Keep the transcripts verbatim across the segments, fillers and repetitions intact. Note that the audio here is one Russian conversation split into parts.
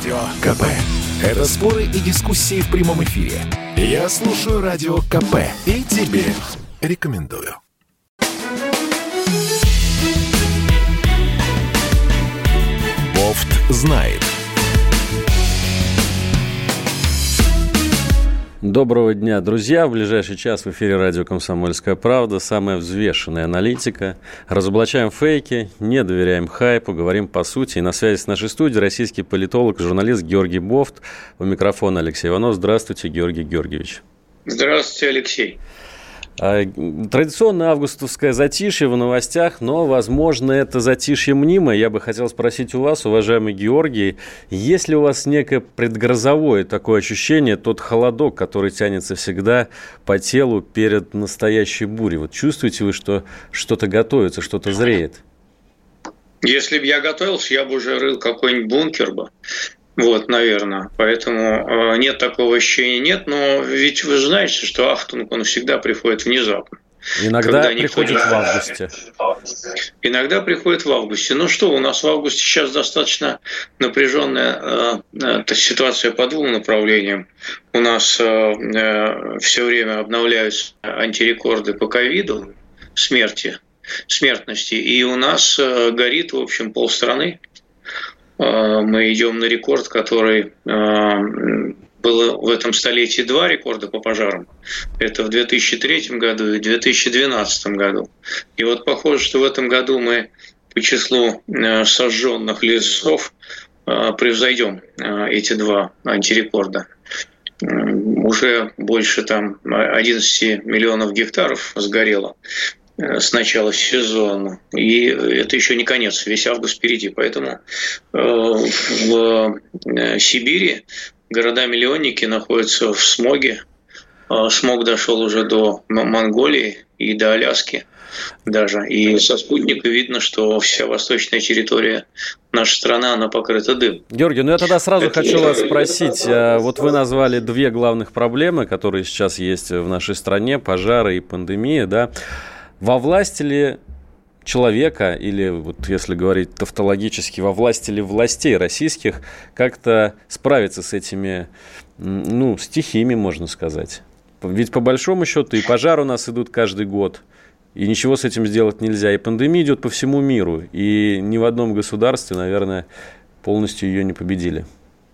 Радио КП. Это споры и дискуссии в прямом эфире. Я слушаю Радио КП и тебе рекомендую. Бофт знает. Доброго дня, друзья! В ближайший час в эфире радио «Комсомольская правда». Самая взвешенная аналитика. Разоблачаем фейки, не доверяем хайпу, говорим по сути. И на связи с нашей студией российский политолог, журналист Георгий Бофт. У микрофона Алексей Иванов. Здравствуйте, Георгий Георгиевич. Здравствуйте, Алексей. Традиционное августовское затишье в новостях, но, возможно, это затишье мнимое. Я бы хотел спросить у вас, уважаемый Георгий, есть ли у вас некое предгрозовое такое ощущение, тот холодок, который тянется всегда по телу перед настоящей бурей? Вот чувствуете вы, что что-то готовится, что-то зреет? Если бы я готовился, я бы уже рыл какой-нибудь бункер бы. Вот, наверное. Поэтому э, нет такого ощущения, нет. Но ведь вы знаете, что ахтунг, он всегда приходит внезапно. Иногда приходит в августе. Иногда приходит в августе. Ну что, у нас в августе сейчас достаточно напряженная э, э, ситуация по двум направлениям. У нас э, э, все время обновляются антирекорды по ковиду, смерти, смертности. И у нас э, горит, в общем, полстраны. Мы идем на рекорд, который было в этом столетии два рекорда по пожарам. Это в две тысячи третьем году и в две тысячи двенадцатом году. И вот похоже, что в этом году мы по числу сожженных лесов превзойдем эти два антирекорда. Уже больше там одиннадцать миллионов гектаров сгорело с начала сезона. И это еще не конец, весь август впереди. Поэтому в Сибири города-миллионники находятся в смоге. Смог дошел уже до Монголии и до Аляски даже. И со спутника видно, что вся восточная территория нашей страны, она покрыта дымом. Георгий, ну я тогда сразу это... хочу вас спросить. Вот вы назвали две главных проблемы, которые сейчас есть в нашей стране: пожары и пандемия, да? Во власти ли человека, или, вот если говорить тавтологически, во власти ли властей российских как-то справиться с этими, ну, стихиями, можно сказать? Ведь по большому счету и пожары у нас идут каждый год, и ничего с этим сделать нельзя. И пандемия идет по всему миру, и ни в одном государстве, наверное, полностью ее не победили.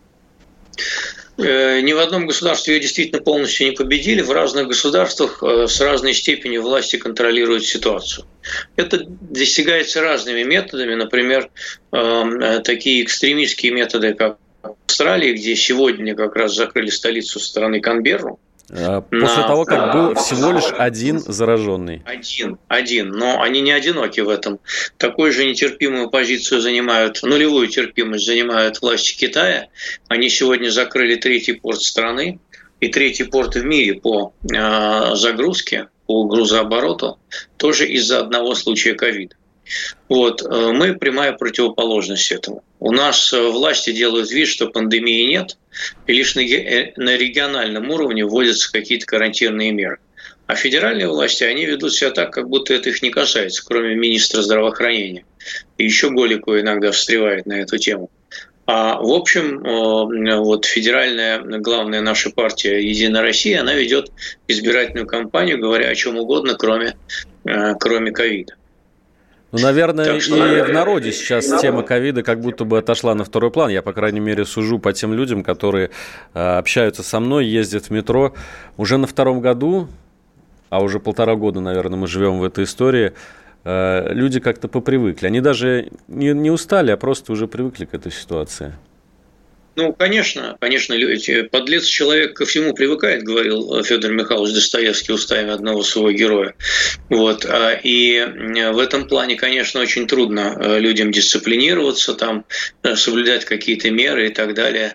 Ни в одном государстве ее действительно полностью не победили. В разных государствах с разной степенью власти контролируют ситуацию. Это достигается разными методами. Например, такие экстремистские методы, как в Австралии, где сегодня как раз закрыли столицу страны Канберру. После на... того, как был всего лишь один зараженный. Один, один. Но они не одиноки в этом. Такую же нетерпимую позицию занимают, нулевую терпимость занимают власти Китая. Они сегодня закрыли третий порт страны и третий порт в мире по э, загрузке, по грузообороту, тоже из-за одного случая ковида. Вот, мы прямая противоположность этому. У нас власти делают вид, что пандемии нет, и лишь на региональном уровне вводятся какие-то карантинные меры. А федеральные власти, они ведут себя так, как будто это их не касается, кроме министра здравоохранения. И еще Голико иногда встревает на эту тему. А в общем, вот федеральная, главная наша партия «Единая Россия», она ведет избирательную кампанию, говоря о чем угодно, кроме, кроме ковида. Ну, наверное, что, и наверное, в народе сейчас тема ковида как будто бы отошла на второй план. Я, по крайней мере, сужу по тем людям, которые э, общаются со мной, ездят в метро. Уже на втором году, а уже полтора года, наверное, мы живем в этой истории, э, люди как-то попривыкли. Они даже не, не устали, а просто уже привыкли к этой ситуации. Ну, конечно, конечно, подлец человек ко всему привыкает, говорил Федор Михайлович Достоевский устами одного своего героя. Вот. И в этом плане, конечно, очень трудно людям дисциплинироваться, там, соблюдать какие-то меры и так далее.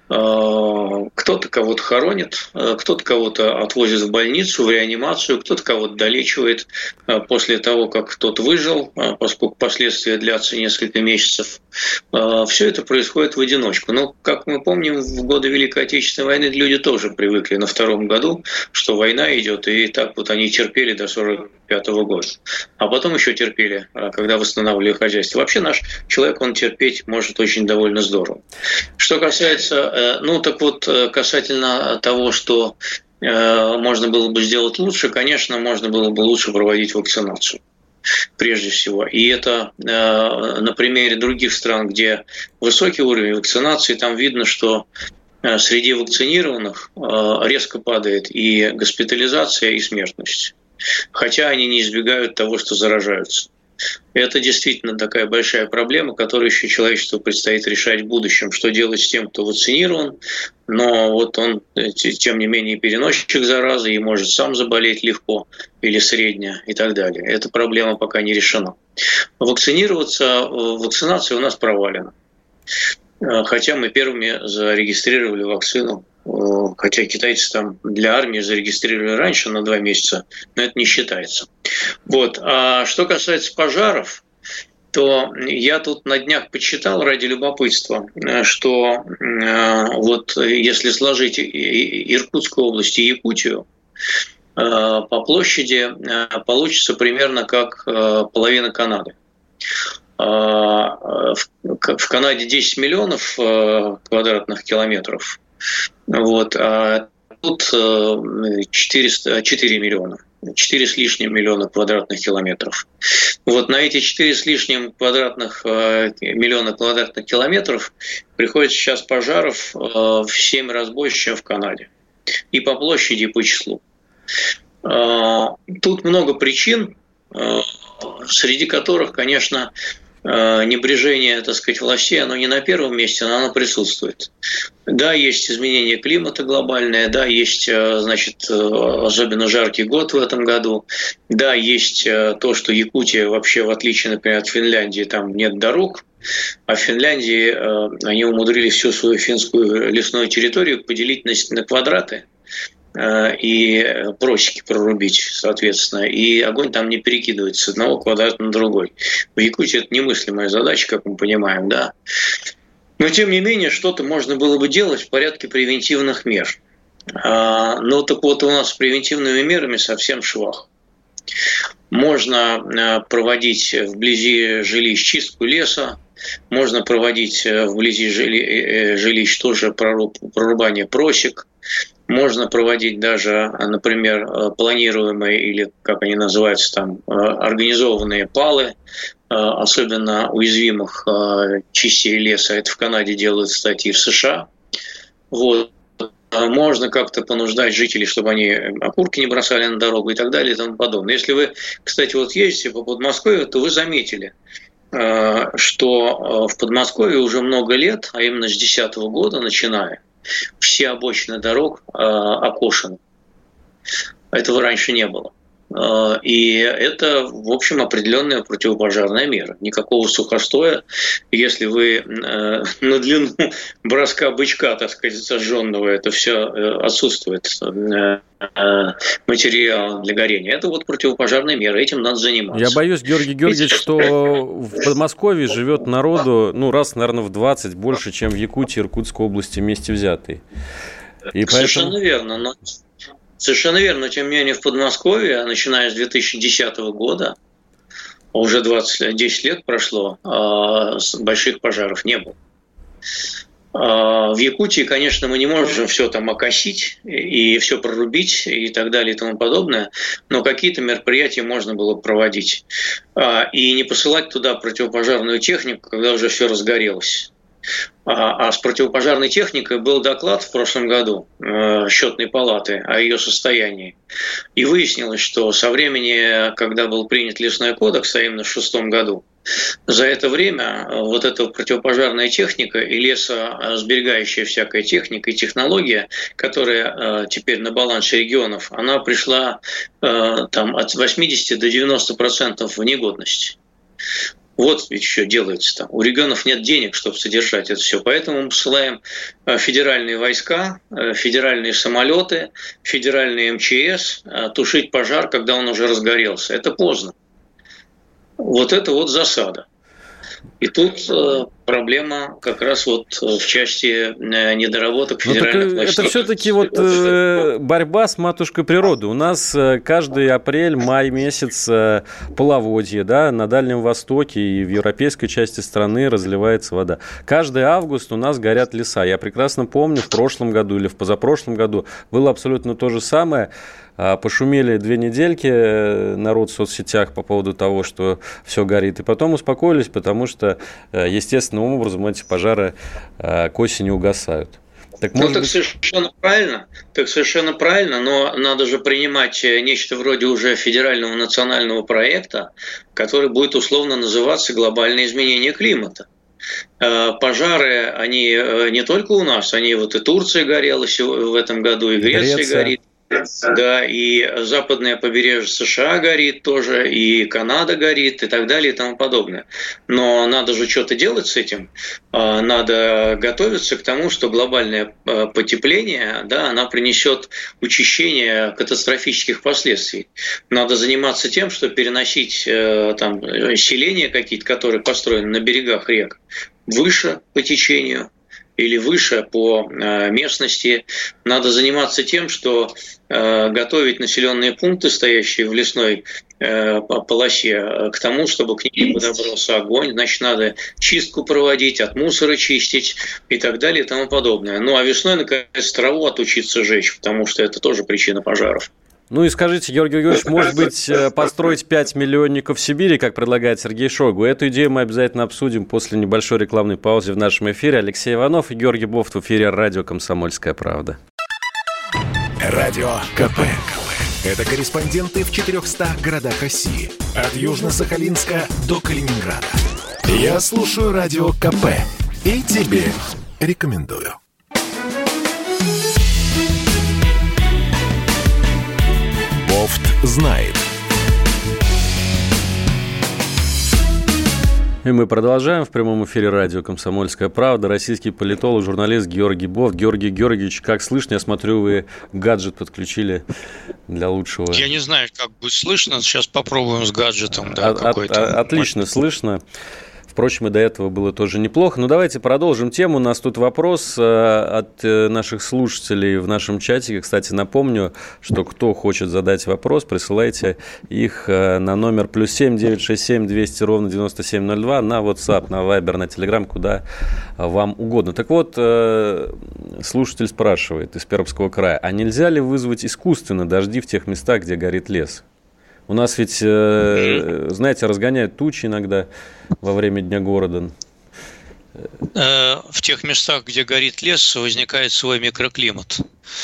Кто-то кого-то хоронит, кто-то кого-то отвозит в больницу, в реанимацию, кто-то кого-то долечивает после того, как кто-то выжил, поскольку последствия длятся несколько месяцев. Все это происходит в одиночку. Но, как мы помним, в годы Великой Отечественной войны люди тоже привыкли на втором году, что война идет, и так вот они терпели до сорок пятого года. А потом еще терпели, когда восстанавливали хозяйство. Вообще наш человек, он терпеть может очень довольно здорово. Что касается, ну так вот, касательно того, что можно было бы сделать лучше, конечно, можно было бы лучше проводить вакцинацию. Прежде всего. И это на примере других стран, где высокий уровень вакцинации, там видно, что среди вакцинированных резко падает и госпитализация, и смертность. Хотя они не избегают того, что заражаются. Это действительно такая большая проблема, которую еще человечеству предстоит решать в будущем. Что делать с тем, кто вакцинирован, но вот он, тем не менее, переносчик заразы и может сам заболеть легко или средне и так далее. Эта проблема пока не решена. Вакцинироваться, вакцинация у нас провалена. Хотя мы первыми зарегистрировали вакцину, хотя китайцы там для армии зарегистрировали раньше на два месяца, но это не считается. Вот. А что касается пожаров, то я тут на днях почитал ради любопытства, что вот если сложить Иркутскую область и Якутию, по площади получится примерно как половина Канады. В Канаде десять миллионов квадратных километров, вот, а тут четыреста, четыре миллиона, четыре с лишним миллиона квадратных километров. Вот на эти четыре с лишним квадратных, миллиона квадратных километров приходится сейчас пожаров в семь раз больше, чем в Канаде. И по площади, и по числу. Тут много причин, среди которых, конечно, небрежение, так сказать, властей, оно не на первом месте, но оно присутствует. Да, есть изменение климата глобальное, да, есть, значит, особенно жаркий год в этом году, да, есть то, что Якутия вообще, в отличие, например, от Финляндии, там нет дорог, а в Финляндии они умудрились всю свою финскую лесную территорию поделить на, на квадраты и просеки прорубить, соответственно, и огонь там не перекидывается с одного квадрата на другой. В Якутии это немыслимая задача, как мы понимаем, да. Но, тем не менее, что-то можно было бы делать в порядке превентивных мер. Ну, так вот, у нас с превентивными мерами совсем швах. Можно проводить вблизи жилищ чистку леса, можно проводить вблизи жилищ тоже прорубание просек, можно проводить даже, например, планируемые или, как они называются, там, организованные палы, особенно уязвимых частей леса. Это в Канаде делают статьи, в США. Вот. Можно как-то понуждать жителей, чтобы они окурки не бросали на дорогу и так далее и тому подобное. Если вы, кстати, вот ездите по Подмосковью, то вы заметили, что в Подмосковье уже много лет, а именно с две тысячи десятого года начиная, все обочины дорог э, окошены. Этого раньше не было. Э, и это, в общем, определенная противопожарная мера. Никакого сухостоя. Если вы э, на длину броска бычка, так сказать, зажженного, это все э, отсутствует э, э, материал для горения. Это вот противопожарная мера. Этим надо заниматься. Я боюсь, Георгий Георгиевич, что в Подмосковье живет народу, ну, раз, наверное, в двадцать больше, чем в Якутии, Иркутской области вместе взятые. И Совершенно поэтому... верно. Но... Совершенно верно. Но, тем не менее, в Подмосковье, начиная с две тысячи десятого года, уже двадцать, десять лет прошло, больших пожаров не было. В Якутии, конечно, мы не можем все там окосить и все прорубить и так далее и тому подобное, но какие-то мероприятия можно было проводить. И не посылать туда противопожарную технику, когда уже все разгорелось. А с противопожарной техникой был доклад в прошлом году счетной палаты о ее состоянии. И выяснилось, что со времени, когда был принят лесной кодекс, а именно в шестом году, за это время вот эта противопожарная техника и лесосберегающая всякая техника и технология, которая теперь на балансе регионов, она пришла там, от восьмидесяти до девяноста процентов в негодность. Вот ведь еще делается там. У регионов нет денег, чтобы содержать это все. Поэтому мы посылаем федеральные войска, федеральные самолеты, федеральные эм че эс тушить пожар, когда он уже разгорелся. Это поздно. Вот это вот засада. И тут э, проблема как раз вот в части э, недоработок федеральных властей. Это все-таки вот э, борьба с матушкой природы. У нас э, каждый апрель, май месяц э, половодье, да, на Дальнем Востоке и в европейской части страны разливается вода. Каждый август у нас горят леса. Я прекрасно помню, в прошлом году или в позапрошлом году было абсолютно то же самое. Пошумели две недельки народ в соцсетях по поводу того, что все горит, и потом успокоились, потому что естественным образом эти пожары к осени угасают. Так, ну, так быть... совершенно правильно, так совершенно правильно, но надо же принимать нечто вроде уже федерального национального проекта, который будет условно называться «Глобальное изменение климата». Пожары, они не только у нас, они вот и Турция горела в этом году, и Греция, Греция. горит. Да, и западное побережье США горит тоже, и Канада горит, и так далее, и тому подобное. Но надо же что-то делать с этим. Надо готовиться к тому, что глобальное потепление, да, оно принесет учащение катастрофических последствий. Надо заниматься тем, что переносить там селения какие-то, которые построены на берегах рек, выше по течению или выше по местности. Надо заниматься тем, что готовить населенные пункты, стоящие в лесной полосе, к тому, чтобы к ним подобрался огонь. Значит, надо чистку проводить, от мусора чистить и так далее и тому подобное. Ну, а весной, наконец, траву отучиться жечь, потому что это тоже причина пожаров. Ну и скажите, Георгий Георгиевич, может быть, построить пять миллионников в Сибири, как предлагает Сергей Шойгу? Эту идею мы обязательно обсудим после небольшой рекламной паузы в нашем эфире. Алексей Иванов и Георгий Бофт в эфире радио «Комсомольская правда». Радио КП. Это корреспонденты в четырехстах городах России. От Южно-Сахалинска до Калининграда. Я слушаю радио КП и тебе рекомендую. Бофт знает. И мы продолжаем в прямом эфире радио «Комсомольская правда». Российский политолог, журналист Георгий Бофт. Георгий Георгиевич, как слышно? Я смотрю, вы гаджет подключили для лучшего. Я не знаю, как будет слышно. Сейчас попробуем с гаджетом. Да, от, какой-то. Отлично слышно. Впрочем, и до этого было тоже неплохо. Ну, давайте продолжим тему. У нас тут вопрос от наших слушателей в нашем чатике. Кстати, напомню, что кто хочет задать вопрос, присылайте их на номер плюс семь девятьсот шестьдесят семь двести ровно девяносто семь ноль два, на WhatsApp, на Viber, на Telegram, куда вам угодно. Так вот, слушатель спрашивает из Пермского края, а нельзя ли вызвать искусственно дожди в тех местах, где горит лес? У нас ведь, знаете, разгоняют тучи иногда во время Дня города. В тех местах, где горит лес, возникает свой микроклимат.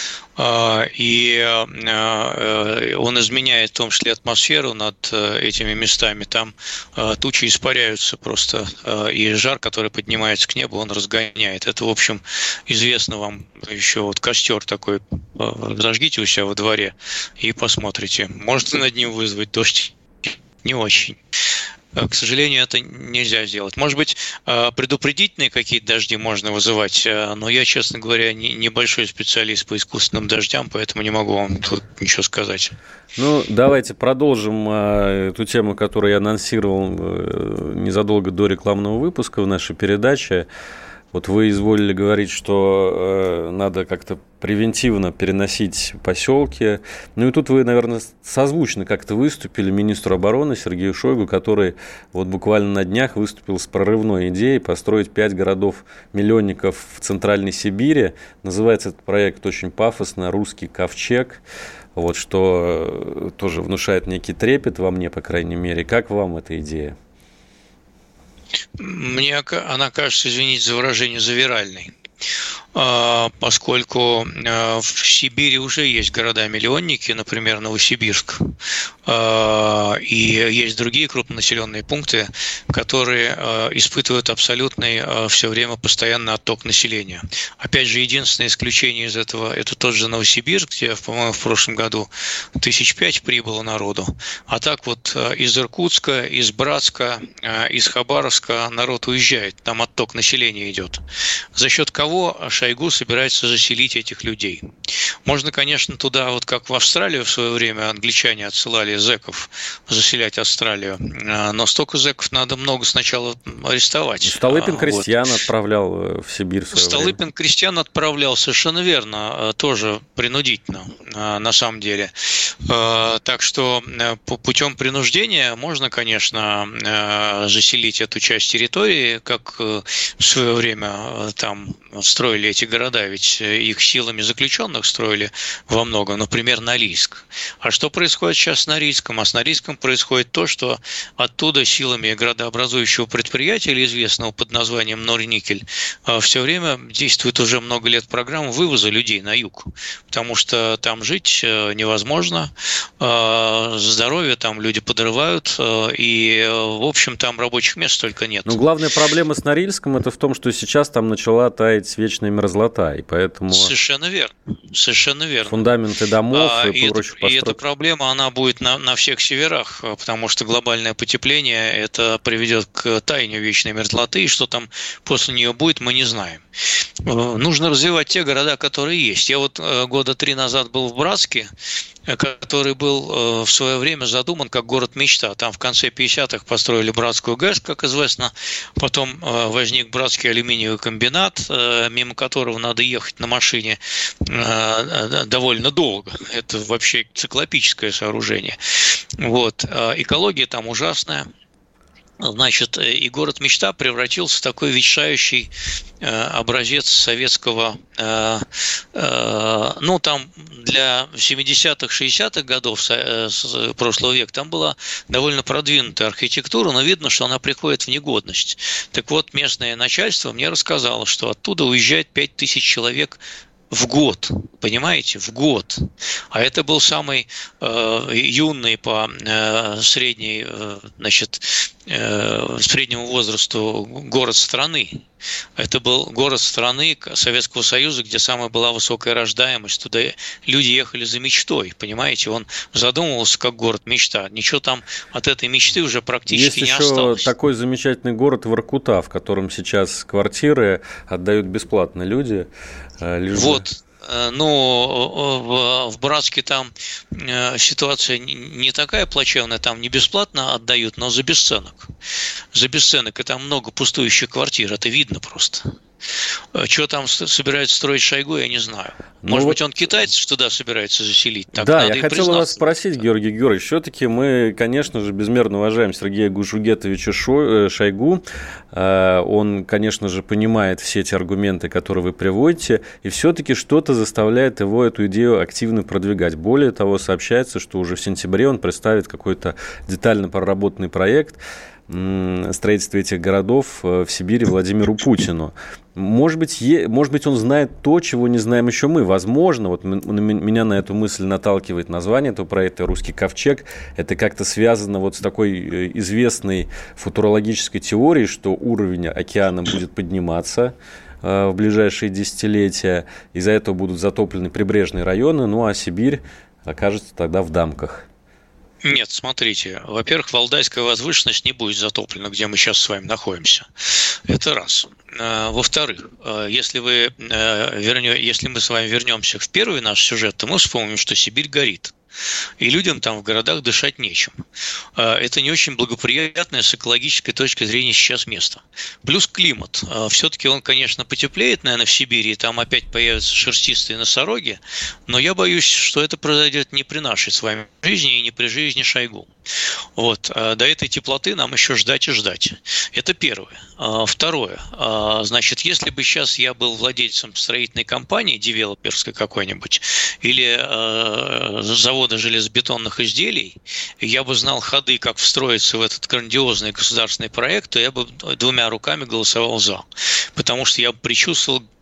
И он изменяет в том числе атмосферу над этими местами. Там тучи испаряются просто, и жар, который поднимается к небу, он разгоняет. Это, в общем, известно вам еще. Вот костер такой, зажгите у себя во дворе и посмотрите. Можете над ним вызвать дождь? Не очень. К сожалению, это нельзя сделать. Может быть, предупредительные какие-то дожди можно вызывать, но я, честно говоря, небольшой специалист по искусственным дождям, поэтому не могу вам тут ничего сказать. Ну, давайте продолжим эту тему, которую я анонсировал незадолго до рекламного выпуска в нашей передаче. Вот вы изволили говорить, что э, надо как-то превентивно переносить поселки. Ну и тут вы, наверное, созвучно как-то выступили министру обороны Сергею Шойгу, который вот буквально на днях выступил с прорывной идеей построить пять городов-миллионников в Центральной Сибири. Называется этот проект очень пафосно «Русский ковчег», вот, что тоже внушает некий трепет во мне, по крайней мере. Как вам эта идея? Мне она кажется, извините за выражение, завиральной. поскольку в Сибири уже есть города-миллионники, например, Новосибирск, и есть другие крупнонаселенные пункты, которые испытывают абсолютный все время постоянный отток населения. Опять же, единственное исключение из этого – это тот же Новосибирск, где, по-моему, в прошлом году тысяч пять прибыло народу. А так вот из Иркутска, из Братска, из Хабаровска народ уезжает, там отток населения идет. За счет кого Шойгу собирается заселить этих людей? Можно, конечно, туда, вот как в Австралию в свое время англичане отсылали зэков заселять Австралию, но столько зэков надо много сначала арестовать. Столыпин вот. Крестьян отправлял в Сибирь в свое Столыпин время. крестьян отправлял, совершенно верно, тоже принудительно, на самом деле. Так что путем принуждения можно, конечно, заселить эту часть территории, как в свое время там строили эти города, ведь их силами заключенных строили во многом, например, Норильск. А что происходит сейчас с Норильском? А с Норильском происходит то, что оттуда силами градообразующего предприятия, или известного под названием Норникель, все время действует уже много лет программа вывоза людей на юг, потому что там жить невозможно, здоровье там люди подрывают, и, в общем, там рабочих мест только нет. Но главная проблема с Норильском – это в том, что сейчас там начала таять вечная мерзлота, и поэтому… Совершенно верно, совершенно верно. Фундаменты домов а, и, и прочих построек. И эта проблема, она будет на, на всех северах, потому что глобальное потепление, это приведет к таянию вечной мерзлоты, и что там после нее будет, мы не знаем. Нужно развивать те города, которые есть. Я вот года три назад был в Братске, который был в свое время задуман как город-мечта. Там в конце пятидесятых построили Братскую ГЭС, как известно. Потом возник Братский алюминиевый комбинат, мимо которого надо ехать на машине довольно долго. Это вообще циклопическое сооружение. Вот. Экология там ужасная. Значит, и город-мечта превратился в такой ветшающий образец советского, ну, там для семидесятых, шестидесятых годов прошлого века там была довольно продвинутая архитектура, но видно, что она приходит в негодность. Так вот, местное начальство мне рассказало, что оттуда уезжает пять тысяч человек в год, понимаете, в год. А это был самый э, юный по э, средней, э, значит, э, среднему возрасту город страны. Это был город страны Советского Союза, где самая была высокая рождаемость. Туда люди ехали за мечтой, понимаете. Он задумывался как город-мечта. Ничего там от этой мечты уже практически Есть не осталось. Есть еще такой замечательный город Воркута, в котором сейчас квартиры отдают бесплатно люди. Лишь вот. Ну, в Братске там ситуация не такая плачевная, там не бесплатно отдают, но за бесценок. За бесценок, и там много пустующих квартир, это видно просто. Что там собирается строить Шойгу, я не знаю. Может ну быть, вот... он китайцев туда собирается заселить? Так да, я хотел вас спросить, Георгий Георгиевич, все-таки мы, конечно же, безмерно уважаем Сергея Гужугетовича Шойгу. Он, конечно же, понимает все эти аргументы, которые вы приводите, и все-таки что-то заставляет его эту идею активно продвигать. Более того, сообщается, что уже в сентябре он представит какой-то детально проработанный проект строительства этих городов в Сибири Владимиру Путину. Может быть, е... Может быть, он знает то, чего не знаем еще мы. Возможно, вот меня на эту мысль наталкивает название этого проекта «Русский ковчег». Это как-то связано вот с такой известной футурологической теорией, что уровень океана будет подниматься в ближайшие десятилетия. Из-за этого будут затоплены прибрежные районы, ну а Сибирь окажется тогда в дамках. Нет, смотрите, во-первых, Валдайская возвышенность не будет затоплена, где мы сейчас с вами находимся. Это раз. Во-вторых, если, вы вернё... если мы с вами вернемся в первый наш сюжет, то мы вспомним, что Сибирь горит. И людям там в городах дышать нечем. Это не очень благоприятное с экологической точки зрения сейчас место. Плюс климат. Все-таки он, конечно, потеплеет, наверное, в Сибири, и там опять появятся шерстистые носороги, но я боюсь, что это произойдет не при нашей с вами жизни и не при жизни Шойгу. Вот. До этой теплоты нам еще ждать и ждать. Это первое. Второе. Значит, если бы сейчас я был владельцем строительной компании, девелоперской какой-нибудь, или завода железобетонных изделий, я бы знал ходы, как встроиться в этот грандиозный государственный проект, то я бы двумя руками голосовал за. Потому что я бы предчувствовал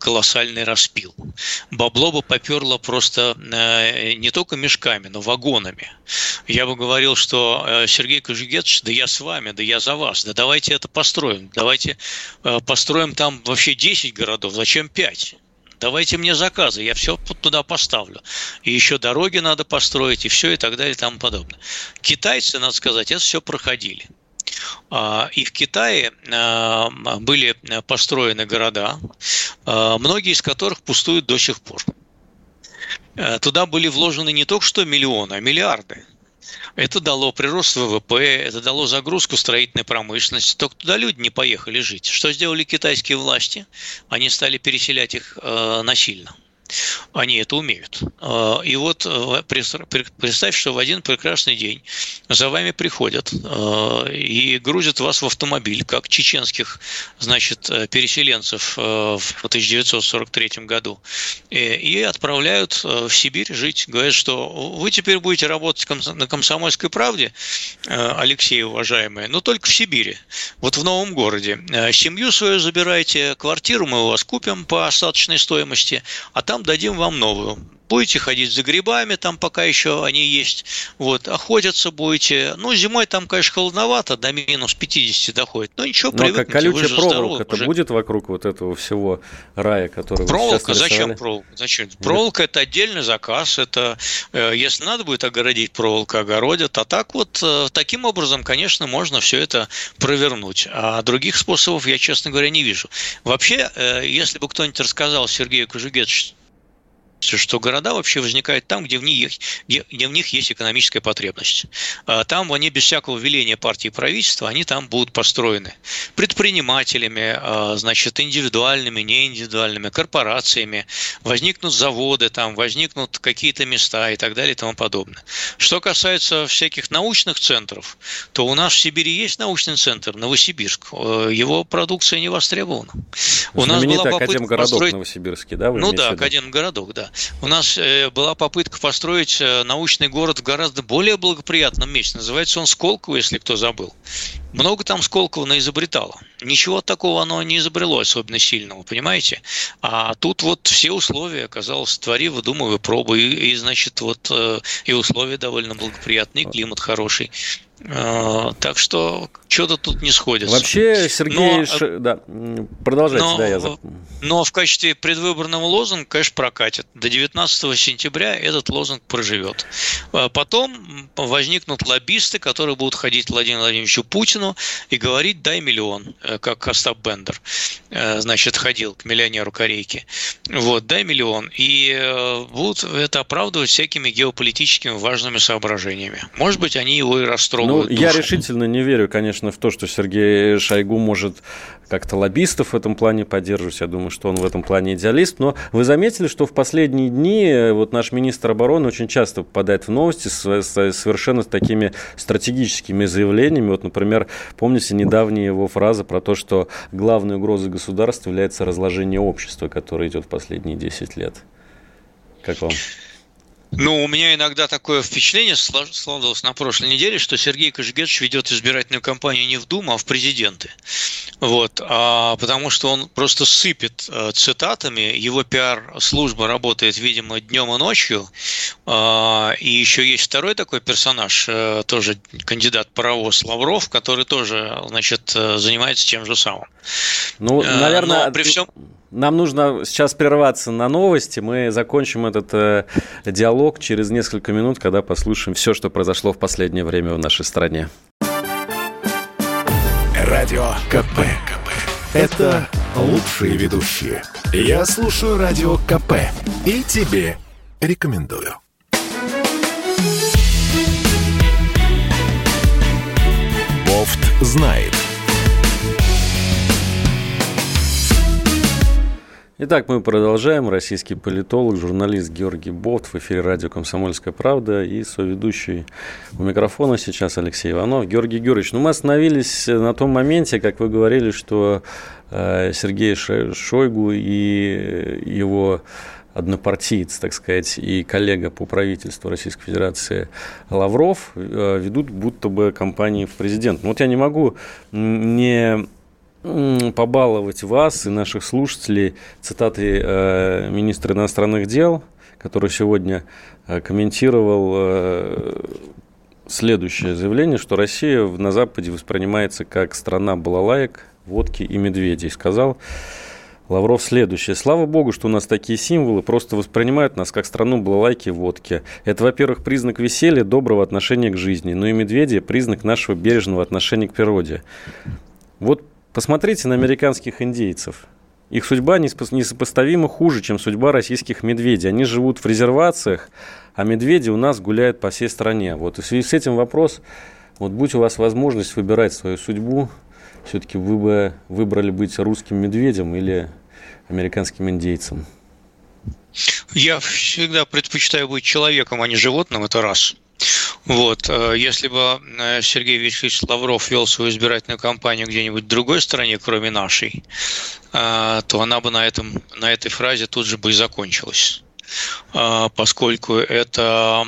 колоссальный распил. Бабло бы поперло просто не только мешками, но вагонами. Я бы говорил, что Сергей Кожугетович, да я с вами, да я за вас, да давайте это построим, давайте построим там вообще десять городов, зачем пять? Давайте мне заказы, я все туда поставлю. И еще дороги надо построить, и все, и так далее, и тому подобное. Китайцы, надо сказать, это все проходили. И в Китае были построены города, многие из которых пустуют до сих пор. Туда были вложены не только что миллионы, а миллиарды. Это дало прирост ВВП, это дало загрузку строительной промышленности. Только туда люди не поехали жить. Что сделали китайские власти? Они стали переселять их э, насильно. Они это умеют. И вот представь, что в один прекрасный день за вами приходят и грузят вас в автомобиль, как чеченских, значит, переселенцев в тысяча девятьсот сорок третьем году, и отправляют в Сибирь жить. Говорят, что вы теперь будете работать на «Комсомольской правде», Алексей, уважаемый, но только в Сибири, вот в новом городе. Семью свою забирайте, квартиру мы у вас купим по остаточной стоимости, а там дадим вам новую. Будете ходить за грибами, там пока еще они есть, вот, охотиться будете. Ну, зимой там, конечно, холодновато, до минус пятьдесят доходит, но ничего, но привыкните, колючая проволока это будет вокруг вот этого всего рая, который проволока, вы сейчас зачем проволока? Зачем? Проволока – это отдельный заказ, это, если надо будет огородить, проволока огородят, а так вот, таким образом, конечно, можно все это провернуть, а других способов я, честно говоря, не вижу. Вообще, если бы кто-нибудь рассказал Сергею Кожугетовичу, что города вообще возникают там, где в них, где, где в них есть экономическая потребность. Там они без всякого веления партии и правительства, они там будут построены предпринимателями, значит, индивидуальными, неиндивидуальными, корпорациями, возникнут заводы, там, возникнут какие-то места и так далее и тому подобное. Что касается всяких научных центров, то у нас в Сибири есть научный центр, Новосибирск. Его продукция не востребована. У нас была попытка Академгородок построить... Новосибирский, да? Вы ну да, Академгородок, да. У нас была попытка построить научный город в гораздо более благоприятном месте. Называется он Сколково, если кто забыл. Много там Сколково наизобретало. Ничего такого оно не изобрело особенно сильного, понимаете? А тут вот все условия, оказалось, твори, выдумывай, пробуй. И, и значит, вот и условия довольно благоприятные, и климат хороший. Так что что-то тут не сходится. Вообще, Сергей, но, Ш... да, продолжайте, но, да, я за... но в качестве предвыборного лозунга, конечно, прокатит. До девятнадцатого сентября этот лозунг проживет. Потом возникнут лоббисты, которые будут ходить к Владимиру Владимировичу Путину и говорить: дай миллион, как Остап Бендер, значит, ходил к миллионеру корейки. Вот, дай миллион. И будут это оправдывать всякими геополитическими важными соображениями. Может быть, они его и растрогают. Ну, я решительно не верю, конечно, в то, что Сергей Шойгу может как-то лоббистов в этом плане поддерживать. Я думаю, что он в этом плане идеалист. Но вы заметили, что в последние дни вот наш министр обороны очень часто попадает в новости с, с совершенно такими стратегическими заявлениями. Вот, например, помните недавняя его фраза про то, что главной угрозой государства является разложение общества, которое идет в последние десять лет. Как вам? Ну, у меня иногда такое впечатление складывалось на прошлой неделе, что Сергей Кожугетович ведет избирательную кампанию не в Думу, а в президенты. Вот, а, потому что он просто сыпет а, цитатами, его пиар-служба работает, видимо, днем и ночью, а, и еще есть второй такой персонаж, а, тоже кандидат-паровоз Лавров, который тоже, значит, занимается тем же самым. Ну, наверное... Но при всем... Нам нужно сейчас прерваться на новости. Мы закончим этот э, диалог через несколько минут, когда послушаем все, что произошло в последнее время в нашей стране. Радио КП. Это лучшие ведущие. Я слушаю Радио КП и тебе рекомендую. Бофт знает. Итак, мы продолжаем. Российский политолог, журналист Георгий Бофт, в эфире радио «Комсомольская правда» и соведущий у микрофона сейчас Алексей Иванов. Георгий Георгиевич, ну мы остановились на том моменте, как вы говорили, что э, Сергей Шойгу и его однопартиец, так сказать, и коллега по правительству Российской Федерации Лавров э, ведут будто бы кампании в президент. Ну вот я не могу не... побаловать вас и наших слушателей цитатой э, министра иностранных дел, который сегодня э, комментировал э, следующее заявление, что Россия на Западе воспринимается как страна балалаек, водки и медведей. Сказал Лавров следующее. Слава богу, что у нас такие символы, просто воспринимают нас как страну балалайки и водки. Это, во-первых, признак веселья, доброго отношения к жизни, но и медведи – признак нашего бережного отношения к природе. Вот посмотрите на американских индейцев. Их судьба несопоставимо хуже, чем судьба российских медведей. Они живут в резервациях, а медведи у нас гуляют по всей стране. Вот и в связи с этим вопрос, вот будь у вас возможность выбирать свою судьбу, все-таки вы бы выбрали быть русским медведем или американским индейцем? Я всегда предпочитаю быть человеком, а не животным, это раз. Вот, если бы Сергей Викторович Лавров вел свою избирательную кампанию где-нибудь в другой стране, кроме нашей, то она бы на, этом, на этой фразе тут же бы и закончилась. Поскольку это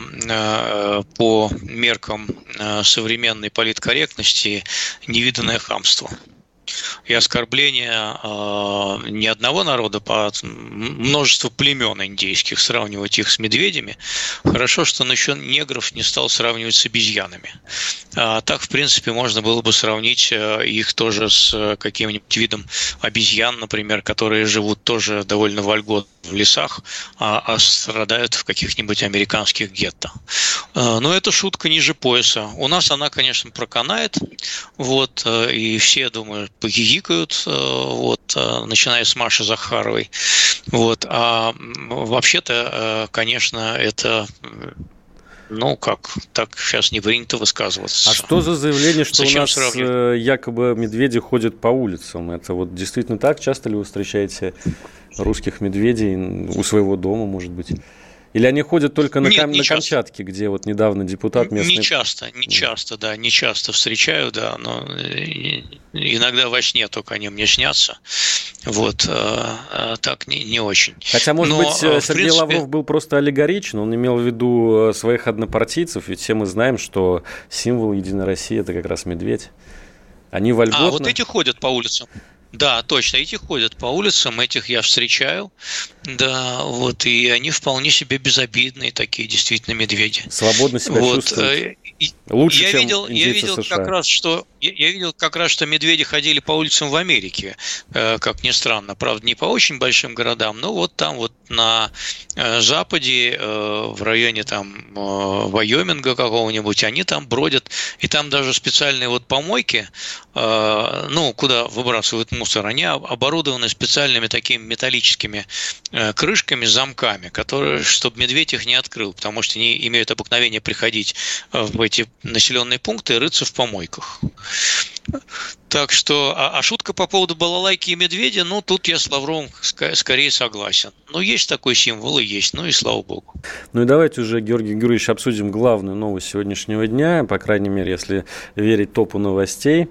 по меркам современной политкорректности невиданное хамство и оскорбление э, не одного народа, а множество племен индейских, сравнивать их с медведями. Хорошо, что он еще негров не стал сравнивать с обезьянами. А так, в принципе, можно было бы сравнить их тоже с каким-нибудь видом обезьян, например, которые живут тоже довольно вольготно в лесах, а, а страдают в каких-нибудь американских гетто. Но это шутка ниже пояса. У нас она, конечно, проканает, вот, и все, думаю, погигикают, вот, начиная с Маши Захаровой. Вот, а вообще-то, конечно, это... Ну, как, так сейчас не принято высказываться. А что за заявление, что Зачем у нас сравнивать? якобы медведи ходят по улицам? Это вот действительно так? Часто ли вы встречаете русских медведей у своего дома, может быть? Или они ходят только на, Нет, Кам- на Камчатке, где вот недавно депутат местный... Не часто, не часто, да, не часто встречаю, да, но иногда во сне только они мне снятся, вот, а так не, не очень. Хотя, может но, быть, Сергей принципе... Лавров был просто аллегоричен, он имел в виду своих однопартийцев, ведь все мы знаем, что символ Единой России – это как раз медведь. Они вольготно... А, вот эти ходят по улицам. Да, точно, эти ходят по улицам, этих я встречаю, да, вот, и они вполне себе безобидные такие, действительно, медведи. Свободно себя вот. чувствуют. Лучше, я чем видел, индейцы я видел США. Как раз, что я, я видел как раз, что медведи ходили по улицам в Америке, э, как ни странно, правда, не по очень большим городам, но вот там вот на э, западе, э, в районе там э, Вайоминга какого-нибудь, они там бродят, и там даже специальные вот помойки, э, ну, куда выбрасывают мусор, они оборудованы специальными такими металлическими э, крышками, замками, которые, чтобы медведь их не открыл, потому что они имеют обыкновение приходить в эти населенные пункты и рыться в помойках. Так что, а, а шутка по поводу балалайки и медведя, ну, тут я с Лавровым ск- скорее согласен. Ну, есть такой символ и есть, ну и слава богу. Ну и давайте уже, Георгий Георгиевич, обсудим главную новость сегодняшнего дня, по крайней мере, если верить топу новостей.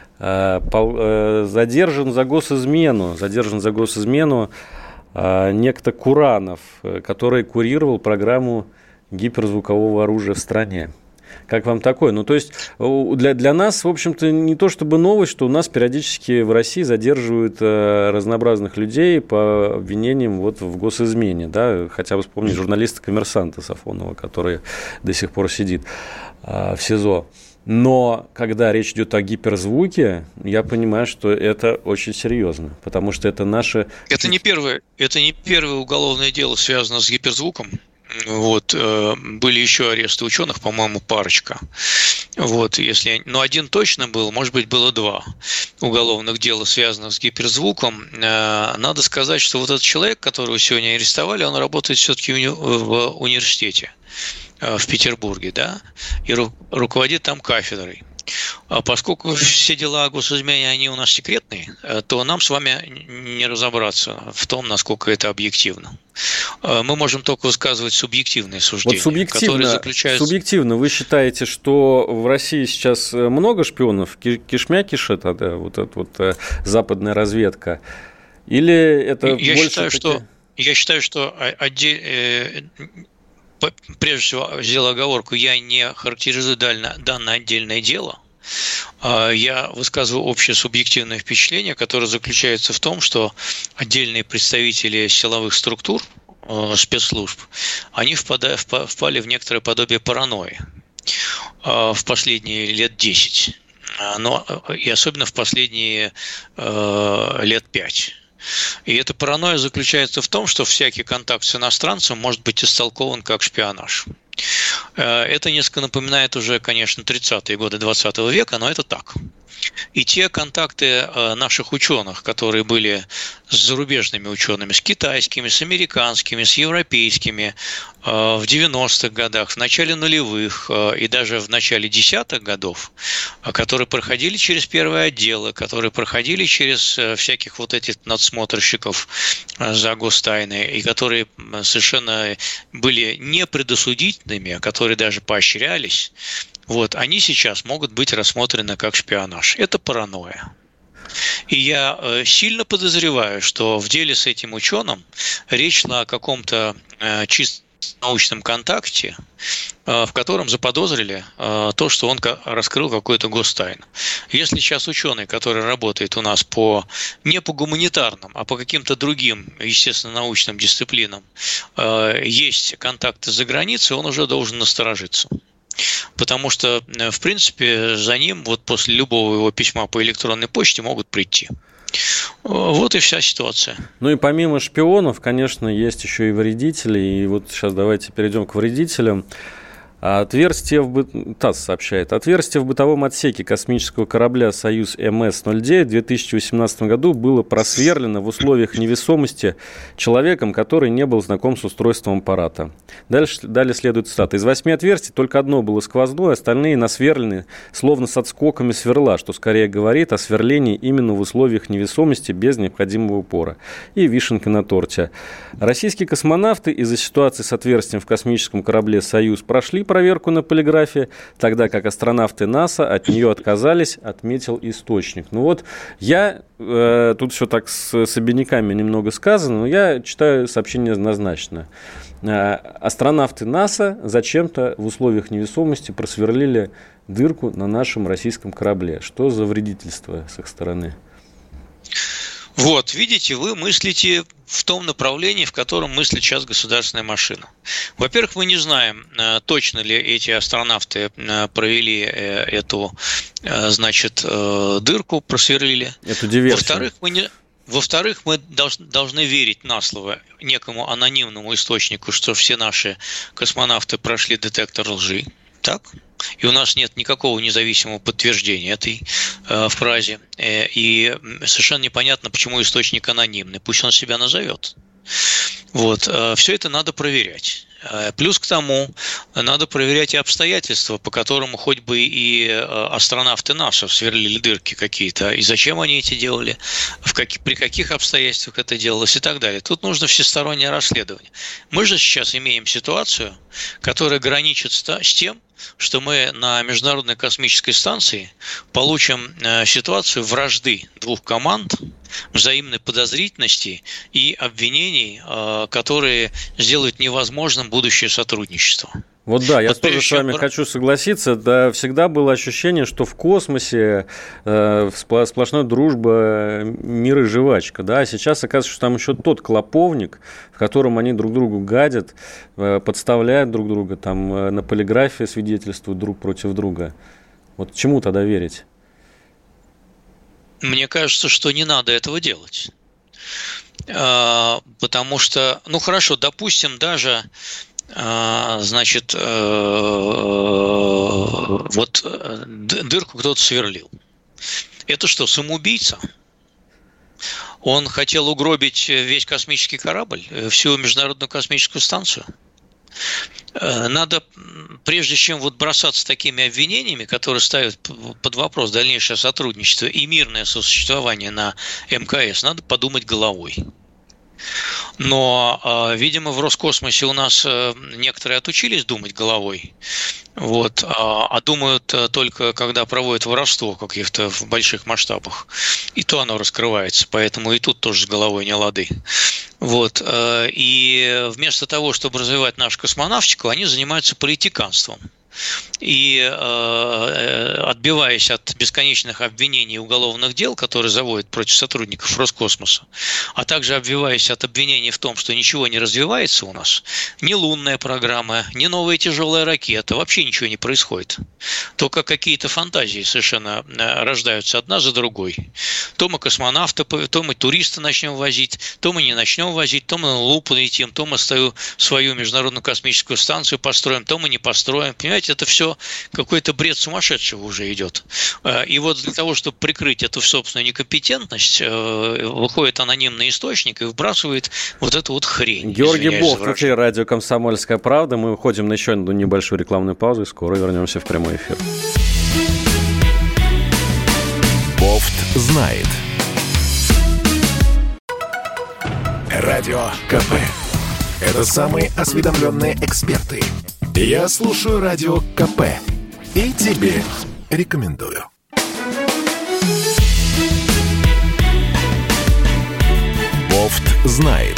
Задержан за госизмену, задержан за госизмену некто Куранов, который курировал программу гиперзвукового оружия в стране. Как вам такое? Ну, то есть для, для нас, в общем-то, не то чтобы новость, что у нас периодически в России задерживают э, разнообразных людей по обвинениям вот в госизмене, да, хотя бы вспомнить журналиста-коммерсанта Сафонова, который до сих пор сидит э, в СИЗО. Но когда речь идет о гиперзвуке, я понимаю, что это очень серьезно, потому что это наше... Это не первое, это не первое уголовное дело, связанное с гиперзвуком. Вот, были еще аресты ученых, по-моему, парочка. Вот, если, ну, один точно был, может быть, было два уголовных дела, связанных с гиперзвуком. Надо сказать, что вот этот человек, которого сегодня арестовали, он работает все-таки в университете в Петербурге, да, и руководит там кафедрой. А поскольку все дела о госизмене, они у нас секретные, то нам с вами не разобраться в том, насколько это объективно. Мы можем только высказывать субъективные суждения, вот субъективно, которые заключаются... Субъективно вы считаете, что в России сейчас много шпионов, кишмя кишит, да, вот эта вот западная разведка? Или это я больше... Считаю, таки... что, я считаю, что отдель... прежде всего, сделал оговорку, я не характеризую данное отдельное дело, Я высказываю общее субъективное впечатление, которое заключается в том, что отдельные представители силовых структур, спецслужб, они впали в некоторое подобие паранойи в последние лет десять, но и особенно в последние лет пять. И эта паранойя заключается в том, что всякий контакт с иностранцем может быть истолкован как шпионаж. Это несколько напоминает уже, конечно, тридцатые годы двадцатого века, но это так. И те контакты наших ученых, которые были с зарубежными учеными, с китайскими, с американскими, с европейскими в девяностых годах, в начале нулевых и даже в начале десятых годов, которые проходили через первые отделы, которые проходили через всяких вот этих надсмотрщиков за гостайны, и которые совершенно были не предосудительными, а которые даже поощрялись, вот, они сейчас могут быть рассмотрены как шпионаж. Это паранойя. И я сильно подозреваю, что в деле с этим ученым речь шла о каком-то чисто научном контакте, в котором заподозрили то, что он раскрыл какую-то гостайну. Если сейчас ученый, который работает у нас по не по гуманитарным, а по каким-то другим, естественно, научным дисциплинам, есть контакты за границей, он уже должен насторожиться. Потому что, в принципе, за ним вот после любого его письма по электронной почте могут прийти. Вот и вся ситуация. Ну и помимо шпионов, конечно, есть еще и вредители. И вот сейчас давайте перейдем к вредителям. Отверстие в бы... ТАСС сообщает. Отверстие в бытовом отсеке космического корабля «Союз эм эс ноль девять» в две тысячи восемнадцатом году было просверлено в условиях невесомости человеком, который не был знаком с устройством аппарата. Дальше, далее следует цитата. Из восьми отверстий только одно было сквозное, остальные насверлены словно с отскоками сверла, что скорее говорит о сверлении именно в условиях невесомости без необходимого упора. И вишенка на торте. Российские космонавты из-за ситуации с отверстием в космическом корабле «Союз» прошли проверку на полиграфе, тогда как астронавты НАСА от нее отказались, отметил источник. Ну вот, я, э, тут все так с, с обиняками немного сказано, но я читаю сообщение однозначно. Э, астронавты НАСА зачем-то в условиях невесомости просверлили дырку на нашем российском корабле. Что за вредительство с их стороны? Вот, видите, вы мыслите в том направлении, в котором мыслит сейчас государственная машина. Во-первых, мы не знаем, точно ли эти астронавты провели эту, значит, дырку, просверлили. Эту диверсию. Во-вторых, мы не... Во-вторых, мы должны верить на слово некому анонимному источнику, что все наши космонавты прошли детектор лжи. Так? И у нас нет никакого независимого подтверждения этой э, фразе. Э, и совершенно непонятно, почему источник анонимный. Пусть он себя назовет. Вот. Э, все это надо проверять. Э, плюс к тому, надо проверять и обстоятельства, по которым хоть бы и э, астронавты НАСА сверлили дырки какие-то, и зачем они это делали, в как, при каких обстоятельствах это делалось и так далее. Тут нужно всестороннее расследование. Мы же сейчас имеем ситуацию, которая граничит с тем, что мы на Международной космической станции получим ситуацию вражды двух команд, взаимной подозрительности и обвинений, которые сделают невозможным будущее сотрудничество. Вот да, я вот тоже с вами хочу согласиться. Да, всегда было ощущение, что в космосе э, сплошная дружба, мир и жвачка. Да? А сейчас оказывается, что там еще тот клоповник, в котором они друг другу гадят, э, подставляют друг друга, там э, на полиграфе свидетельствуют друг против друга. Вот чему тогда верить? Мне кажется, что не надо этого делать. Э, потому что, ну хорошо, допустим, даже... Значит, вот дырку кто-то сверлил. Это что, самоубийца? Он хотел угробить весь космический корабль, всю Международную космическую станцию? Надо, прежде чем вот бросаться такими обвинениями, которые ставят под вопрос дальнейшее сотрудничество и мирное сосуществование на эм ка эс, надо подумать головой. Но, видимо, в Роскосмосе у нас некоторые отучились думать головой, вот, а думают только, когда проводят воровство каких-то в больших масштабах. И то оно раскрывается, поэтому и тут тоже с головой не лады. Вот, и вместо того, чтобы развивать нашу космонавтику, они занимаются политиканством. и э, отбиваясь от бесконечных обвинений и уголовных дел, которые заводят против сотрудников Роскосмоса, а также отбиваясь от обвинений в том, что ничего не развивается у нас, ни лунная программа, ни новая тяжелая ракета, вообще ничего не происходит. Только какие-то фантазии совершенно рождаются одна за другой. То мы космонавта, то мы туриста начнем возить, то мы не начнем возить, то мы на Луну полетим, то мы свою, свою международную космическую станцию построим, то мы не построим. Понимаете, это все какой-то бред сумасшедшего уже идет. И вот для того, чтобы прикрыть эту собственную некомпетентность, выходит анонимный источник и вбрасывает вот эту вот хрень. Георгий Бофт, в эфире радио «Комсомольская правда». Мы уходим на еще одну небольшую рекламную паузу и скоро вернемся в прямой эфир. Бофт знает. Радио КП. Это самые осведомленные эксперты. Я слушаю Радио КП и тебе рекомендую. Бофт знает.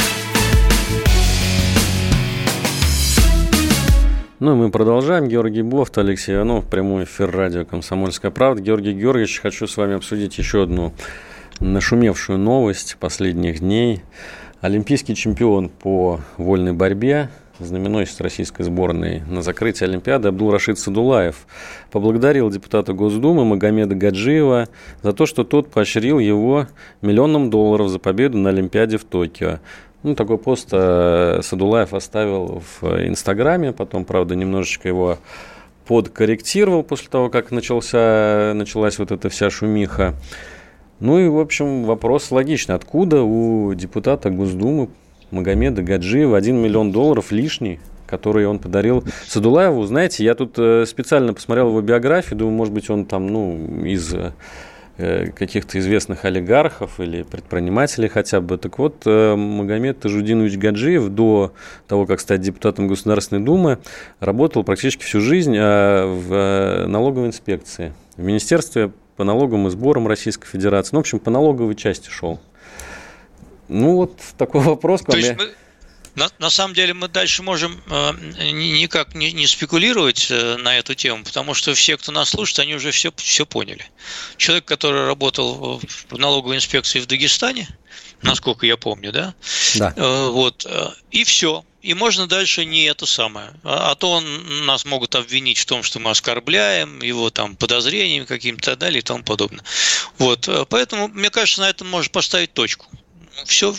Ну, мы продолжаем. Георгий Бофт, Алексей Иванов, прямой эфир радио «Комсомольская правда». Георгий Георгиевич, хочу с вами обсудить еще одну нашумевшую новость последних дней. Олимпийский чемпион по вольной борьбе, знаменосец российской сборной на закрытии Олимпиады Абдулрашид Садулаев поблагодарил депутата Госдумы Магомеда Гаджиева за то, что тот поощрил его миллионом долларов за победу на Олимпиаде в Токио. Ну, такой пост Садулаев оставил в Инстаграме, потом, правда, немножечко его подкорректировал после того, как начался, началась вот эта вся шумиха. Ну и, в общем, вопрос логичный. Откуда у депутата Госдумы Магомеда Гаджиева один миллион долларов лишний, который он подарил Садулаеву? Знаете, я тут специально посмотрел его биографию, думаю, может быть, он там, ну, из каких-то известных олигархов или предпринимателей хотя бы. Так вот, Магомед Тажудинович Гаджиев до того, как стать депутатом Государственной Думы, работал практически всю жизнь в налоговой инспекции, в Министерстве по налогам и сборам Российской Федерации. Ну, в общем, по налоговой части шел. Ну, вот такой вопрос к вам. То есть мы, на, на самом деле мы дальше можем э, никак не, не спекулировать э, на эту тему, потому что все, кто нас слушает, они уже все, все поняли. Человек, который работал в налоговой инспекции в Дагестане, насколько я помню, да? Да. Э, вот, э, и все. И можно дальше не это самое. А, а то он, нас могут обвинить в том, что мы оскорбляем его там подозрениями какими-то и так далее и тому подобное. Вот. Поэтому, мне кажется, на этом можно поставить точку. Все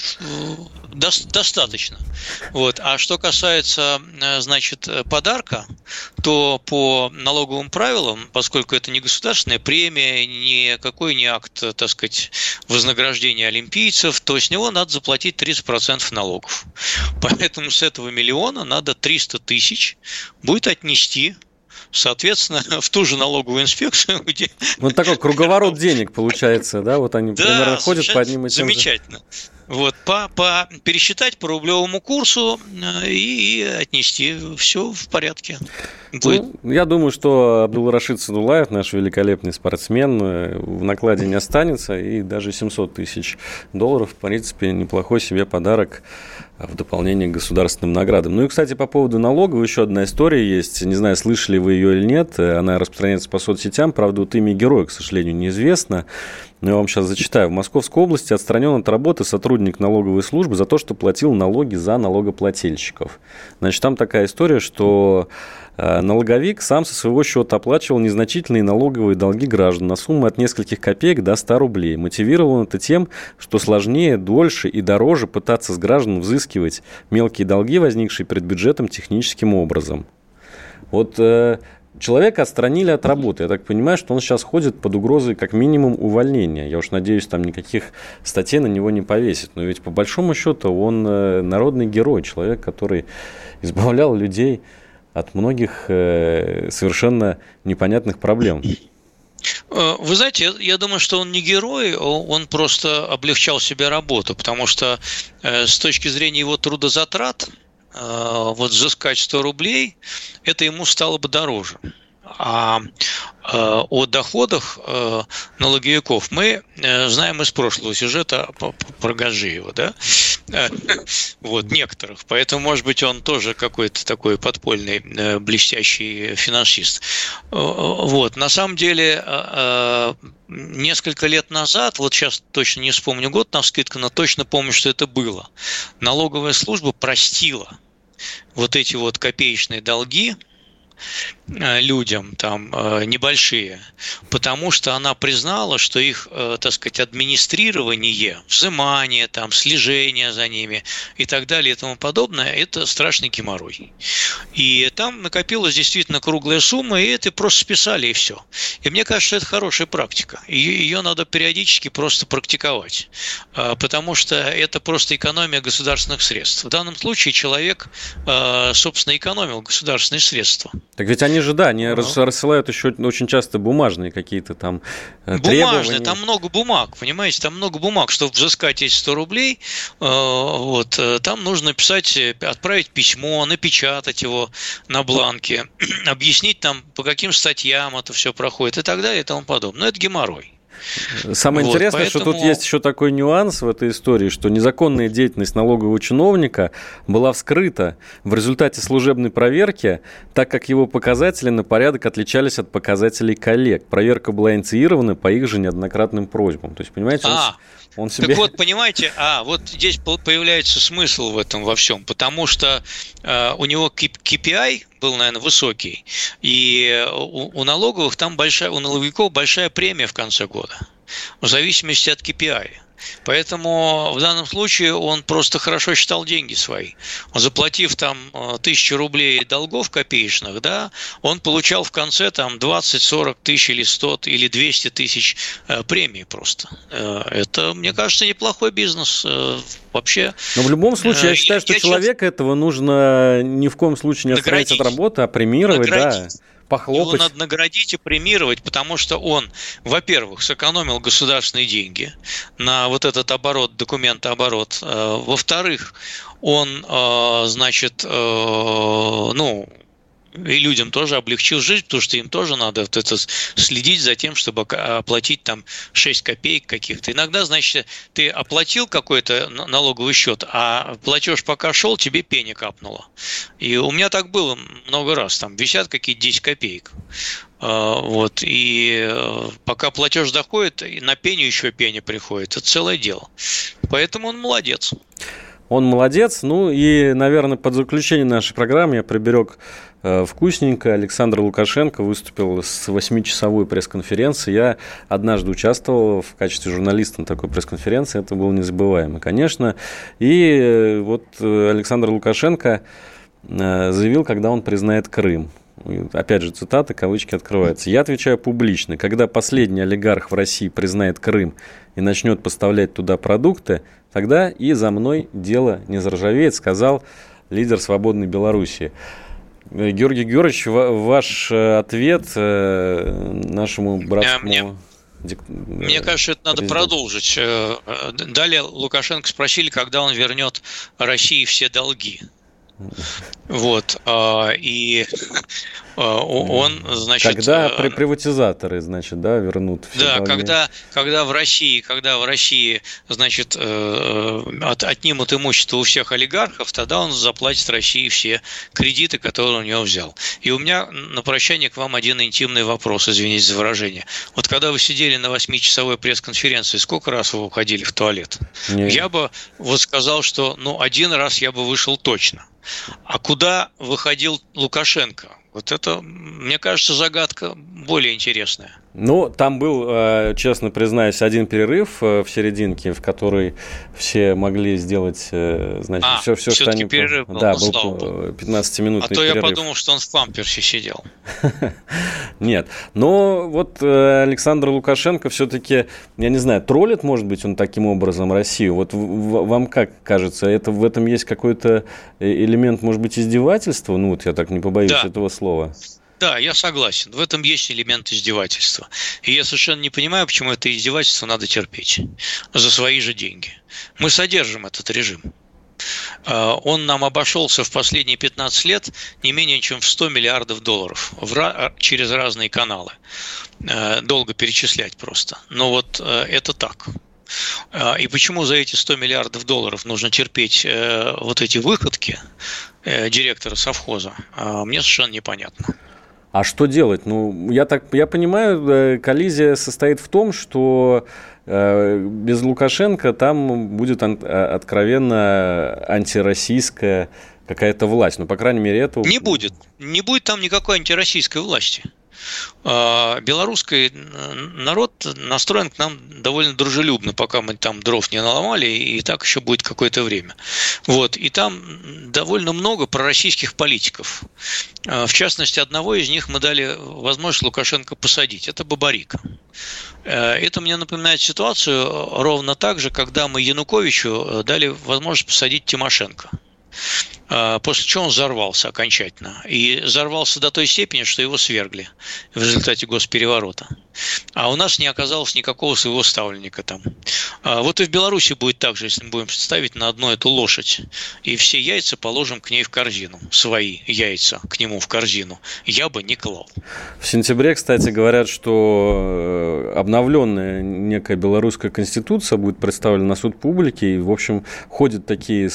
до, достаточно. Вот. А что касается, значит, подарка, то по налоговым правилам, поскольку это не государственная премия, никакой не акт, так сказать, вознаграждения олимпийцев, то с него надо заплатить тридцать процентов налогов. Поэтому с этого миллиона надо триста тысяч будет отнести, соответственно, в ту же налоговую инспекцию, где... Вот такой круговорот денег получается, да? Вот они, да, примерно, ходят по одним и тем же. Замечательно. Вот, по, по, пересчитать по рублевому курсу и, и отнести. Все в порядке. Ну, я думаю, что Абдулрашид Садулаев, наш великолепный спортсмен, в накладе не останется. И даже семьсот тысяч долларов, в принципе, неплохой себе подарок в дополнение к государственным наградам. Ну и, кстати, по поводу налогов еще одна история есть. Не знаю, слышали вы ее или нет. Она распространяется по соцсетям. Правда, вот имя героя, к сожалению, неизвестно. Но я вам сейчас зачитаю. В Московской области отстранен от работы сотрудник налоговой службы за то, что платил налоги за налогоплательщиков. Значит, там такая история, что налоговик сам со своего счета оплачивал незначительные налоговые долги граждан на сумму от нескольких копеек до ста рублей. Мотивировал он это тем, что сложнее, дольше и дороже пытаться с граждан взыскивать мелкие долги, возникшие перед бюджетом, техническим образом. Вот человека отстранили от работы. Я так понимаю, что он сейчас ходит под угрозой как минимум увольнения. Я уж надеюсь, там никаких статей на него не повесят. Но ведь по большому счету он народный герой, человек, который избавлял людей от многих э, совершенно непонятных проблем. Вы знаете, я думаю, что он не герой, он просто облегчал себе работу, потому что э, с точки зрения его трудозатрат, э, вот взыскать сто рублей, это ему стало бы дороже. А о доходах налоговиков мы знаем из прошлого сюжета про Гаджиева, да? Вот, некоторых. Поэтому, может быть, он тоже какой-то такой подпольный, блестящий финансист. Вот. На самом деле, несколько лет назад, вот сейчас точно не вспомню год навскидку, но точно помню, что это было. Налоговая служба простила вот эти вот копеечные долги людям там небольшие, потому что она признала, что их, так сказать, администрирование, взимание, там, слежение за ними и так далее и тому подобное, это страшный геморрой. И там накопилась действительно круглая сумма, и это просто списали, и все. И мне кажется, что это хорошая практика. И ее надо периодически просто практиковать, потому что это просто экономия государственных средств. В данном случае человек, собственно, экономил государственные средства. Так ведь они же, да, они ну. рассылают еще очень часто бумажные какие-то там требования. Бумажные, там много бумаг, понимаете, там много бумаг, чтобы взыскать эти сто рублей, вот, там нужно написать, отправить письмо, напечатать его на бланке, объяснить там, по каким статьям это все проходит и так далее и тому подобное. Но это геморрой. Самое вот, интересное, поэтому... что тут есть еще такой нюанс в этой истории, что незаконная деятельность налогового чиновника была вскрыта в результате служебной проверки, так как его показатели на порядок отличались от показателей коллег. Проверка была инициирована по их же неоднократным просьбам. То есть, понимаете, он, а, он себе... Так вот, понимаете, а вот здесь появляется смысл в этом во всем, потому что э, у него кей пи ай был, наверное, высокий, и у, у налоговых там большая, у налоговиков большая премия в конце года, в зависимости от кей пи ай. Поэтому в данном случае он просто хорошо считал деньги свои. Он, заплатив там тысячу рублей долгов копеечных, да, он получал в конце там двадцать-сорок тысяч или сто или двести тысяч э, премии просто. Э, это, мне кажется, неплохой бизнес э, вообще. Но в любом случае, я считаю, что я человека сейчас... этого нужно ни в коем случае не отстранять от работы, а премировать, наградить. Да. Похлопать. Его надо наградить и премировать, потому что он, во-первых, сэкономил государственные деньги на вот этот оборот, документооборот. Во-вторых, он, значит, ну, и людям тоже облегчил жизнь, потому что им тоже надо вот это следить за тем, чтобы оплатить там шесть копеек каких-то. Иногда, значит, ты оплатил какой-то налоговый счет, а платеж пока шел, тебе пени капнуло. И у меня так было много раз. Там висят какие-то десять копеек. Вот. И пока платеж доходит, на пеню еще пени приходит. Это целое дело. Поэтому он молодец. Он молодец. Ну и, наверное, под заключение нашей программы я приберег э, вкусненько. Александр Лукашенко выступил с восьмичасовой пресс-конференцией. Я однажды участвовал в качестве журналиста на такой пресс-конференции. Это было незабываемо, конечно. И э, вот Александр Лукашенко э, заявил, когда он признает Крым. Опять же, цитата, кавычки открываются. «Я отвечаю публично. Когда последний олигарх в России признает Крым и начнет поставлять туда продукты, тогда и за мной дело не заржавеет», сказал лидер «Свободной Белоруссии». Георгий Георгиевич, ваш ответ нашему братскому... Мне, мне кажется, это надо продолжить. Далее Лукашенко спросили, когда он вернет России все долги. Вот, и он, значит... Когда приватизаторы, значит, да, вернут все Да, долги. когда, когда в России, когда в России, значит, от, отнимут имущество у всех олигархов, тогда он заплатит России все кредиты, которые у него взял. И у меня на прощание к вам один интимный вопрос, извините за выражение. Вот когда вы сидели на восьмичасовой пресс-конференции, сколько раз вы уходили в туалет? Нет. Я бы вот сказал, что, ну, один раз я бы вышел точно. А куда выходил Лукашенко? Вот это, мне кажется, загадка более интересная. Ну, там был, честно признаюсь, один перерыв в серединке, в который все могли сделать, значит, а, все, все, что они... перерыв был, да, ну, был пятнадцатиминутный перерыв. А то я подумал, что он в памперсе сидел. Нет, но вот Александр Лукашенко все-таки, я не знаю, троллит, может быть, он таким образом Россию. Вот вам как кажется, это, в этом есть какой-то элемент, может быть, издевательства? Ну, вот я так не побоюсь да. этого слова. Да, я согласен. В этом есть элемент издевательства. И я совершенно не понимаю, почему это издевательство надо терпеть за свои же деньги. Мы содержим этот режим. он нам обошелся в последние пятнадцать лет не менее чем в сто миллиардов долларов в, через разные каналы. Долго перечислять просто. Но вот это так. И почему за эти сто миллиардов долларов нужно терпеть вот эти выходки директора совхоза, мне совершенно непонятно. А что делать? Ну, я так, я понимаю, коллизия состоит в том, что без Лукашенко там будет откровенно антироссийская какая-то власть. Ну, по крайней мере, это... Не будет. Не будет там никакой антироссийской власти. Белорусский народ настроен к нам довольно дружелюбно, пока мы там дров не наломали, и так еще будет какое-то время. Вот. И там довольно много пророссийских политиков. В частности, одного из них мы дали возможность Лукашенко посадить. Это Бабарика. Это мне напоминает ситуацию ровно так же, когда мы Януковичу дали возможность посадить Тимошенко. После чего он взорвался окончательно. И взорвался до той степени, что его свергли в результате госпереворота. А у нас не оказалось никакого своего ставленника там. Вот и в Беларуси будет так же, если мы будем ставить на одну эту лошадь. И все яйца положим к ней в корзину. Свои яйца к нему в корзину. Я бы не клал. В сентябре, кстати, говорят, что обновленная некая белорусская конституция будет представлена на суд публики. И, в общем, ходят такие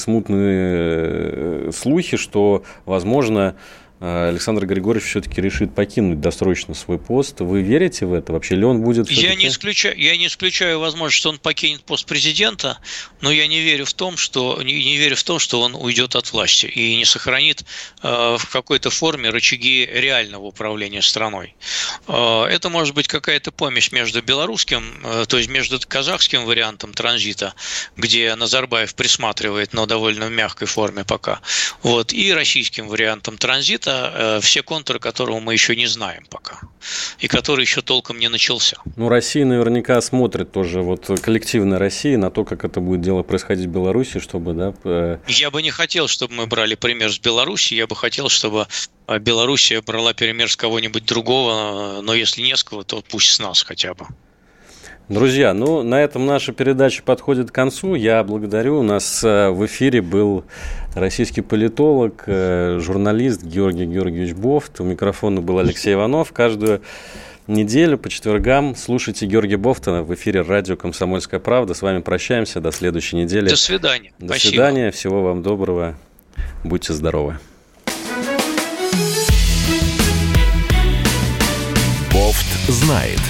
смутные слухи, что, возможно, Александр Григорьевич все-таки решит покинуть досрочно свой пост. Вы верите в это? Вообще ли он будет... Я не исключаю, я не исключаю возможность, что он покинет пост президента, но я не верю в том, что, не, не верю в то, что он уйдет от власти и не сохранит э, в какой-то форме рычаги реального управления страной. Э, это может быть какая-то помесь между белорусским, э, то есть между казахским вариантом транзита, где Назарбаев присматривает, но довольно в мягкой форме пока, вот, и российским вариантом транзита, все контуры которого мы еще не знаем пока, и который еще толком не начался. Ну, Россия наверняка смотрит тоже, вот коллективная Россия, на то, как это будет дело происходить в Беларуси, чтобы, да... Я бы не хотел, чтобы мы брали пример с Беларуси, я бы хотел, чтобы Белоруссия брала пример с кого-нибудь другого, но если не с кого, то пусть с нас хотя бы. Друзья, ну, на этом наша передача подходит к концу. Я благодарю. У нас в эфире был российский политолог, журналист Георгий Георгиевич Бофт. У микрофона был Алексей Иванов. Каждую неделю по четвергам слушайте Георгия Бофта в эфире радио «Комсомольская правда». С вами прощаемся. До следующей недели. До свидания. До Спасибо. свидания. Всего вам доброго. Будьте здоровы. Бофт знает.